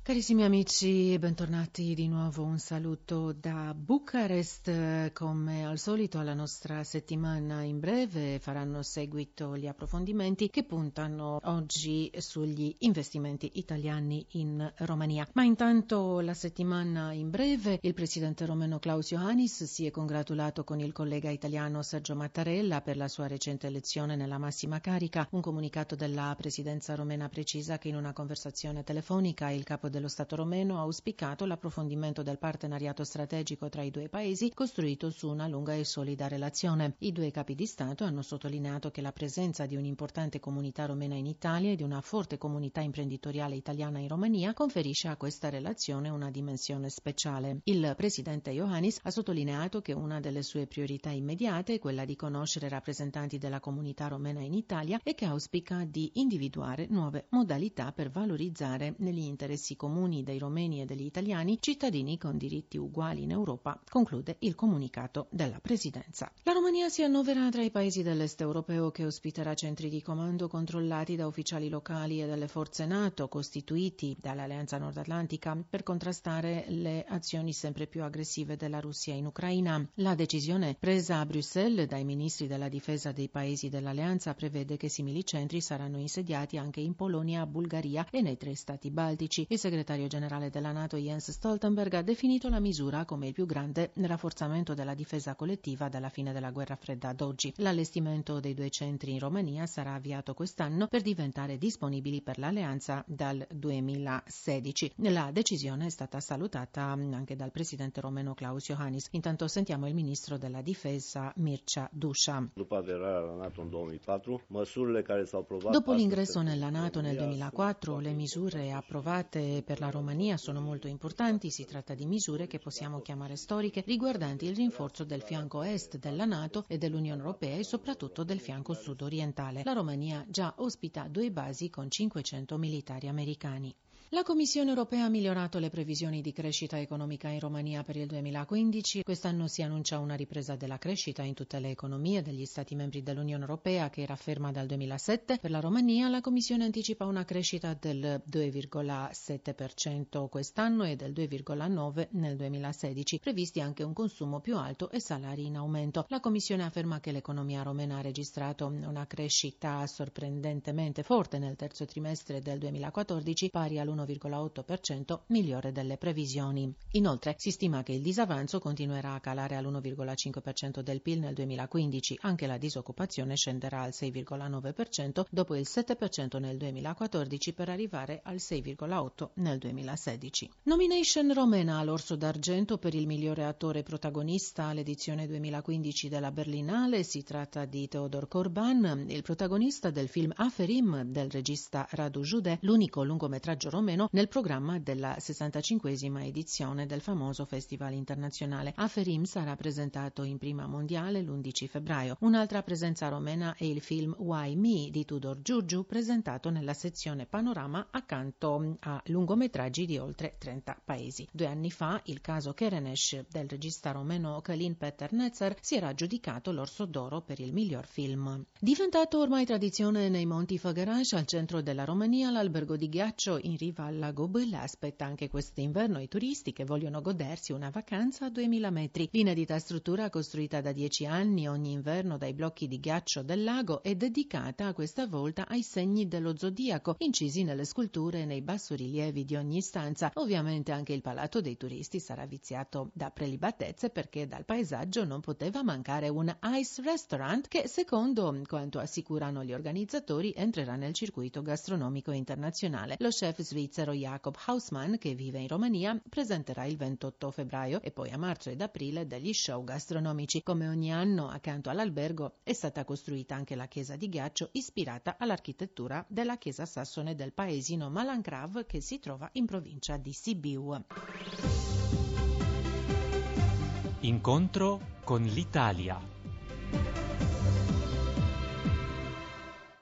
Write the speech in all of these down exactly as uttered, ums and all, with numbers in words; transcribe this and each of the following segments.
Carissimi amici, bentornati di nuovo, un saluto da Bucarest. Come al solito alla nostra settimana in breve faranno seguito gli approfondimenti che puntano oggi sugli investimenti italiani in Romania. Ma intanto la settimana in breve, il presidente romeno Klaus Iohannis si è congratulato con il collega italiano Sergio Mattarella per la sua recente elezione nella massima carica. Un comunicato della presidenza romena precisa che in una conversazione telefonica il capo dello Stato romeno ha auspicato l'approfondimento del partenariato strategico tra i due paesi costruito su una lunga e solida relazione. I due capi di Stato hanno sottolineato che la presenza di un'importante comunità romena in Italia e di una forte comunità imprenditoriale italiana in Romania conferisce a questa relazione una dimensione speciale. Il presidente Iohannis ha sottolineato che una delle sue priorità immediate è quella di conoscere rappresentanti della comunità romena in Italia e che auspica di individuare nuove modalità per valorizzare negli interessi comuni dei romeni e degli italiani cittadini con diritti uguali in Europa, conclude il comunicato della Presidenza. La Romania si annovera tra i paesi dell'est europeo che ospiterà centri di comando controllati da ufficiali locali e dalle forze NATO costituiti dall'Alleanza Nord Atlantica per contrastare le azioni sempre più aggressive della Russia in Ucraina. La decisione presa a Bruxelles dai ministri della difesa dei paesi dell'Alleanza prevede che simili centri saranno insediati anche in Polonia, Bulgaria e nei tre stati baltici. Il segretario generale della NATO Jens Stoltenberg ha definito la misura come il più grande rafforzamento della difesa collettiva dalla fine della guerra fredda ad oggi. L'allestimento dei due centri in Romania sarà avviato quest'anno per diventare disponibili per l'alleanza dal duemilasedici. La decisione è stata salutata anche dal presidente romeno Klaus Iohannis. Intanto sentiamo il ministro della difesa Mircea Dușa. Dopo l'ingresso nella NATO nel duemilaquattro, le misure approvate per la Romania sono molto importanti. Si tratta di misure che possiamo chiamare storiche, riguardanti il rinforzo del fianco est della NATO e dell'Unione Europea e soprattutto del fianco sud-orientale. La Romania già ospita due basi con cinquecento militari americani. La Commissione europea ha migliorato le previsioni di crescita economica in Romania per il duemilaquindici. Quest'anno si annuncia una ripresa della crescita in tutte le economie degli Stati membri dell'Unione Europea che era ferma dal duemilasette. Per la Romania la Commissione anticipa una crescita del due virgola sette per cento quest'anno e del due virgola nove per cento nel duemilasedici. Previsti anche un consumo più alto e salari in aumento. La Commissione afferma che l'economia romena ha registrato una crescita sorprendentemente forte nel terzo trimestre del duemilaquattordici, pari all'uno virgola otto per cento, migliore delle previsioni. Inoltre si stima che il disavanzo continuerà a calare all'uno virgola cinque per cento del P I L nel duemilaquindici. Anche la disoccupazione scenderà al sei virgola nove per cento dopo il sette per cento nel duemilaquattordici per arrivare al sei virgola otto per cento nel duemilasedici. Nomination romena all'Orso d'Argento per il migliore attore protagonista all'edizione duemilaquindici della Berlinale. Si tratta di Teodor Corban, il protagonista del film Aferim del regista Radu Jude, l'unico lungometraggio romeno nel programma della sessantacinquesima edizione del famoso Festival internazionale. Aferim sarà presentato in prima mondiale l'undici febbraio. Un'altra presenza romena è il film Why Me di Tudor Giurgiu, presentato nella sezione Panorama accanto a lungometraggi di oltre trenta paesi. Due anni fa il caso Kerenes del regista romeno Călin Peter Nețăr si era aggiudicato l'Orso d'Oro per il miglior film. Diventato ormai tradizione nei Monti Făgăraș, al centro della Romania, l'albergo di ghiaccio in riva al lago Bâlea aspetta anche quest'inverno i turisti che vogliono godersi una vacanza a duemila metri. L'inedita struttura, costruita da dieci anni ogni inverno dai blocchi di ghiaccio del lago, è dedicata questa volta ai segni dello zodiaco incisi nelle sculture e nei bassorilievi di ogni stanza. Ovviamente anche il palato dei turisti sarà viziato da prelibatezze, perché dal paesaggio non poteva mancare un ice restaurant che, secondo quanto assicurano gli organizzatori, entrerà nel circuito gastronomico internazionale. Lo chef svizzero Jakob Hausmann, che vive in Romania, presenterà il ventotto febbraio e poi a marzo ed aprile degli show gastronomici. Come ogni anno, accanto all'albergo è stata costruita anche la chiesa di ghiaccio, ispirata all'architettura della chiesa sassone del paesino Malancrav, che si trova in provincia di Sibiu. Incontro con l'Italia.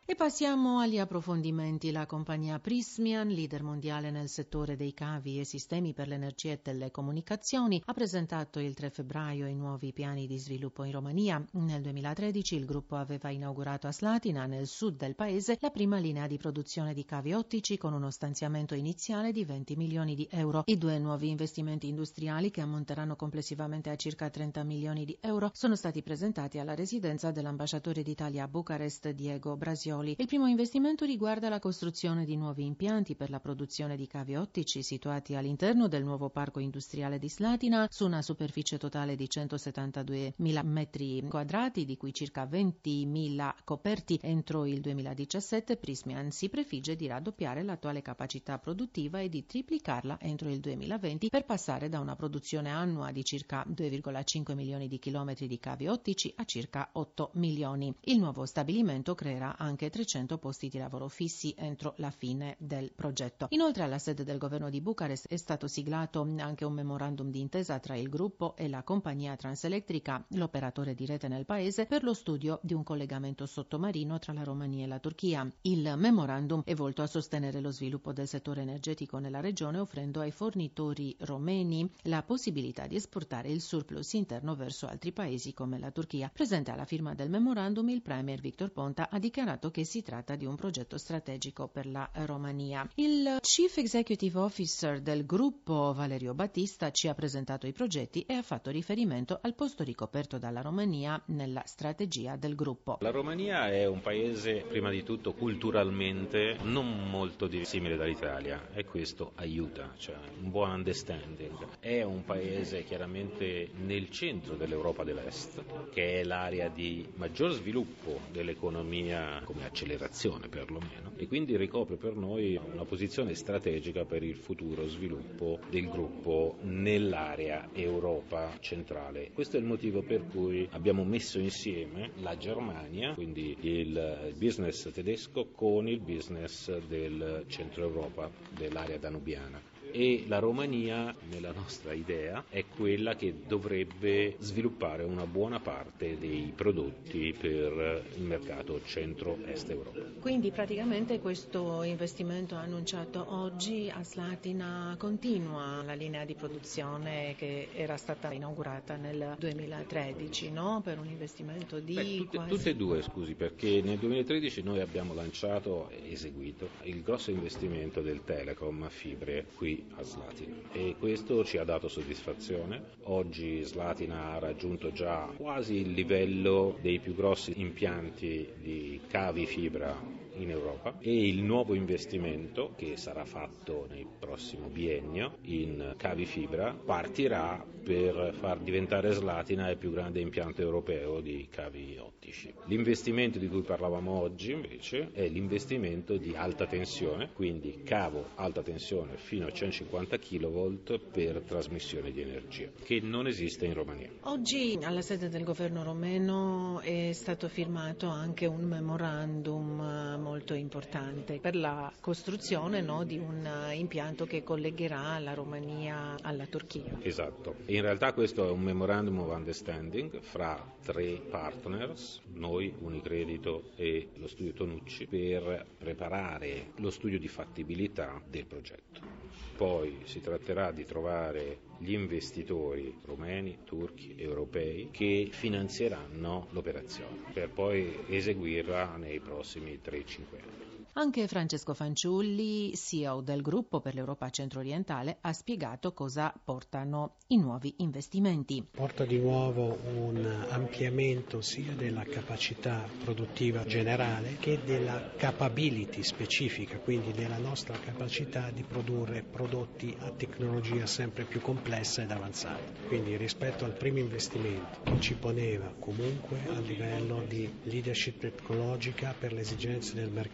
E passiamo agli approfondimenti. La compagnia Prysmian, leader mondiale nel settore dei cavi e sistemi per l'energia e telecomunicazioni, ha presentato il tre febbraio i nuovi piani di sviluppo in Romania. Nel duemilatredici il gruppo aveva inaugurato a Slatina, nel sud del paese, la prima linea di produzione di cavi ottici con uno stanziamento iniziale di venti milioni di euro. I due nuovi investimenti industriali, che ammonteranno complessivamente a circa trenta milioni di euro, sono stati presentati alla residenza dell'ambasciatore d'Italia a Bucarest, Diego Brasioli. Il primo investimento riguarda la costruzione di nuovi impianti per la produzione di cavi ottici situati all'interno del nuovo parco industriale di Slatina su una superficie totale di centosettantaduemila metri quadrati, di cui circa ventimila coperti. Entro il duemiladiciassette Prysmian si prefigge di raddoppiare l'attuale capacità produttiva e di triplicarla entro il duemilaventi per passare da una produzione annua di circa due virgola cinque milioni di chilometri di cavi ottici a circa otto milioni. Il nuovo stabilimento creerà anche trecento posti di lavoro fissi entro la fine del progetto. Inoltre, alla sede del governo di Bucarest è stato siglato anche un memorandum di intesa tra il gruppo e la compagnia Transelectrica, l'operatore di rete nel paese, per lo studio di un collegamento sottomarino tra la Romania e la Turchia. Il memorandum è volto a sostenere lo sviluppo del settore energetico nella regione, offrendo ai fornitori romeni la possibilità di esportare il surplus interno verso altri paesi come la Turchia. Presente alla firma del memorandum, il premier Victor Ponta ha dichiarato che si tratta di un progetto strategico per la Romania. Il Chief Executive Officer del gruppo, Valerio Battista, ci ha presentato i progetti e ha fatto riferimento al posto ricoperto dalla Romania nella strategia del gruppo. La Romania è un paese, prima di tutto, culturalmente non molto simile dall'Italia e questo aiuta, cioè un buon understanding. È un paese chiaramente nel centro dell'Europa dell'Est, che è l'area di maggior sviluppo dell'economia come accelerazione perlomeno, e quindi ricopre per noi una posizione strategica per il futuro sviluppo del gruppo nell'area Europa centrale. Questo è il motivo per cui abbiamo messo insieme la Germania, quindi il business tedesco, con il business del centro Europa, dell'area danubiana. E la Romania, nella nostra idea, è quella che dovrebbe sviluppare una buona parte dei prodotti per il mercato centro-est Europa. Quindi praticamente questo investimento annunciato oggi a Slatina continua la linea di produzione che era stata inaugurata nel duemilatredici, no? Per un investimento di Beh, tutte, quasi... tutte e due, scusi, perché nel duemilatredici noi abbiamo lanciato e eseguito il grosso investimento del Telecom a fibre qui a Slatina e questo ci ha dato soddisfazione. Oggi Slatina ha raggiunto già quasi il livello dei più grossi impianti di cavi fibra in Europa e il nuovo investimento che sarà fatto nel prossimo biennio in cavi fibra partirà per far diventare Slatina il più grande impianto europeo di cavi ottici. L'investimento di cui parlavamo oggi invece è l'investimento di alta tensione, quindi cavo alta tensione fino a centocinquanta chilovolt per trasmissione di energia, che non esiste in Romania. Oggi alla sede del governo romeno è stato firmato anche un memorandum molto importante per la costruzione, no, di un impianto che collegherà la Romania alla Turchia. Esatto. In realtà questo è un memorandum of understanding fra tre partners, noi, Unicredito e lo studio Tonucci, per preparare lo studio di fattibilità del progetto. Poi si tratterà di trovare gli investitori rumeni, turchi, europei che finanzieranno l'operazione per poi eseguirla nei prossimi tre cinque anni. Anche Francesco Fanciulli, C E O del gruppo per l'Europa centro-orientale, ha spiegato cosa portano i nuovi investimenti. Porta di nuovo un ampliamento sia della capacità produttiva generale che della capability specifica, quindi della nostra capacità di produrre prodotti a tecnologia sempre più complessa ed avanzata. Quindi rispetto al primo investimento che ci poneva comunque a livello di leadership tecnologica per le esigenze del mercato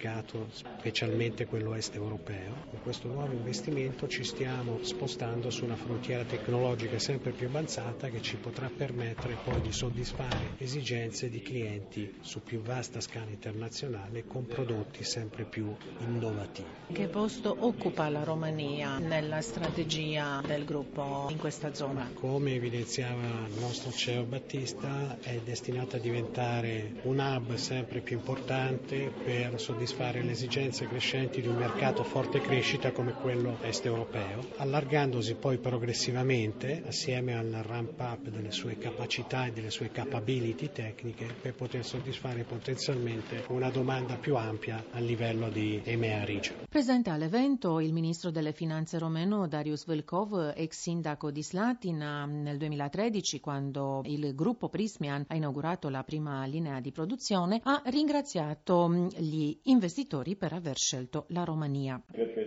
specialmente quello est europeo. Con questo nuovo investimento ci stiamo spostando su una frontiera tecnologica sempre più avanzata che ci potrà permettere poi di soddisfare esigenze di clienti su più vasta scala internazionale con prodotti sempre più innovativi. Che posto occupa la Romania nella strategia del gruppo in questa zona? Come evidenziava il nostro C E O Battista, è destinata a diventare un hub sempre più importante per soddisfare le esigenze crescenti di un mercato a forte crescita come quello est europeo, allargandosi poi progressivamente assieme al ramp up delle sue capacità e delle sue capability tecniche per poter soddisfare potenzialmente una domanda più ampia a livello di E M E A Region. Presente all'evento il ministro delle finanze romeno Darius Velkov, ex sindaco di Slatina nel duemilatredici, quando il gruppo Prysmian ha inaugurato la prima linea di produzione, ha ringraziato gli investitori per aver scelto la Romania.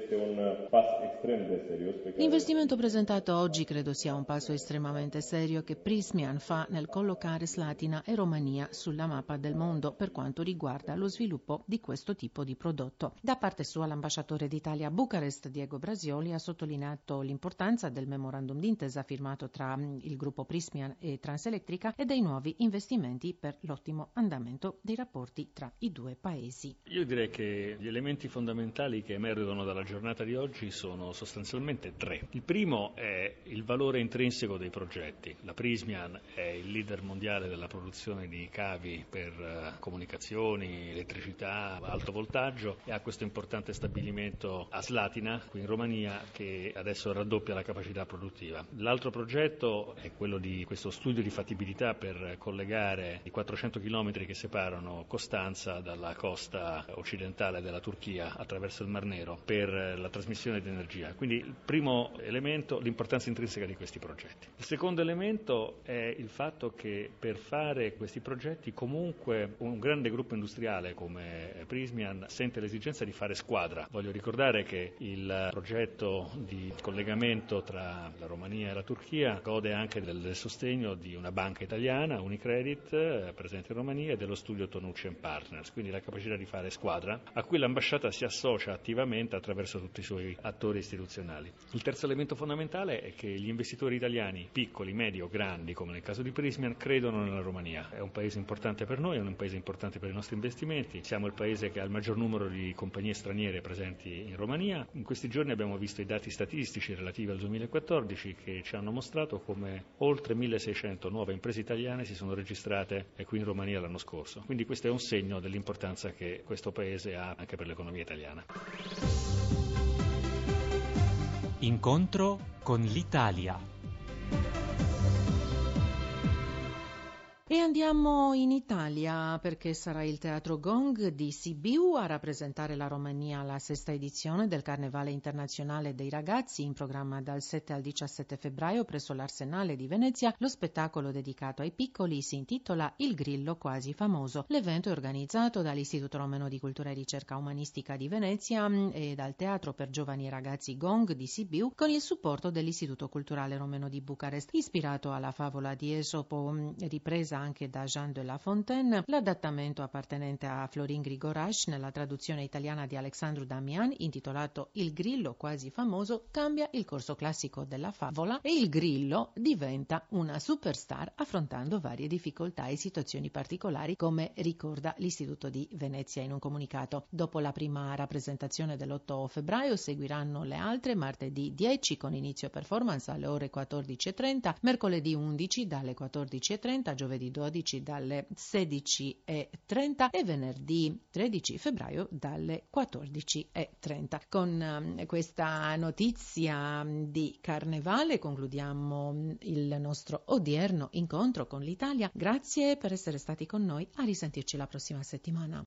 L'investimento presentato oggi credo sia un passo estremamente serio che Prysmian fa nel collocare Slatina e Romania sulla mappa del mondo per quanto riguarda lo sviluppo di questo tipo di prodotto. Da parte sua l'ambasciatore d'Italia a Bucarest, Diego Brasioli, ha sottolineato l'importanza del memorandum d'intesa firmato tra il gruppo Prysmian e Transelettrica e dei nuovi investimenti per l'ottimo andamento dei rapporti tra i due paesi. Io direi che gli elementi fondamentali che emergono dalla giornata di oggi sono sostanzialmente tre. Il primo è il valore intrinseco dei progetti. La Prysmian è il leader mondiale della produzione di cavi per uh, comunicazioni, elettricità, alto voltaggio e ha questo importante stabilimento a Slatina, qui in Romania, che adesso raddoppia la capacità produttiva. L'altro progetto è quello di questo studio di fattibilità per collegare i quattrocento chilometri che separano Costanza dalla costa occidentale della Turchia attraverso il Mar Nero per la trasmissione di energia. Quindi il primo elemento, l'importanza intrinseca di questi progetti. Il secondo elemento è il fatto che per fare questi progetti comunque un grande gruppo industriale come Prysmian sente l'esigenza di fare squadra. Voglio ricordare che il progetto di collegamento tra la Romania e la Turchia gode anche del sostegno di una banca italiana, Unicredit, presente in Romania, e dello studio Tonucci and Partners, quindi la capacità di fare squadra a cui l'ambasciata si associa attivamente attraverso tutti i suoi attori istituzionali. Il terzo elemento fondamentale è che gli investitori italiani, piccoli, medi o grandi, come nel caso di Prysmian, credono nella Romania. È un paese importante per noi, è un paese importante per i nostri investimenti. Siamo il paese che ha il maggior numero di compagnie straniere presenti in Romania. In questi giorni abbiamo visto i dati statistici relativi al duemilaquattordici che ci hanno mostrato come oltre milleseicento nuove imprese italiane si sono registrate qui in Romania l'anno scorso. Quindi questo è un segno dell'importanza che questo paese ha anche per l'economia italiana. Incontro con l'Italia. E andiamo in Italia perché sarà il Teatro Gong di Sibiu a rappresentare la Romania alla sesta edizione del Carnevale Internazionale dei Ragazzi, in programma dal sette al diciassette febbraio presso l'Arsenale di Venezia. Lo spettacolo dedicato ai piccoli si intitola Il Grillo Quasi Famoso. L'evento è organizzato dall'Istituto Romeno di Cultura e Ricerca Umanistica di Venezia e dal Teatro per Giovani e Ragazzi Gong di Sibiu con il supporto dell'Istituto Culturale Romeno di Bucarest. Ispirato alla favola di Esopo, ripresa anche da Jean de La Fontaine, l'adattamento appartenente a Florin Grigorache nella traduzione italiana di Alexandru Damian, intitolato Il Grillo Quasi Famoso, cambia il corso classico della favola e il grillo diventa una superstar affrontando varie difficoltà e situazioni particolari, come ricorda l'Istituto di Venezia in un comunicato. Dopo la prima rappresentazione dell'otto febbraio seguiranno le altre martedì dieci con inizio performance alle ore quattordici e trenta, mercoledì undici dalle quattordici e trenta, giovedì dodici dalle sedici e trenta e venerdì tredici febbraio dalle quattordici e trenta. Con um, questa notizia di Carnevale concludiamo il nostro odierno incontro con l'Italia. Grazie per essere stati con noi, a risentirci la prossima settimana.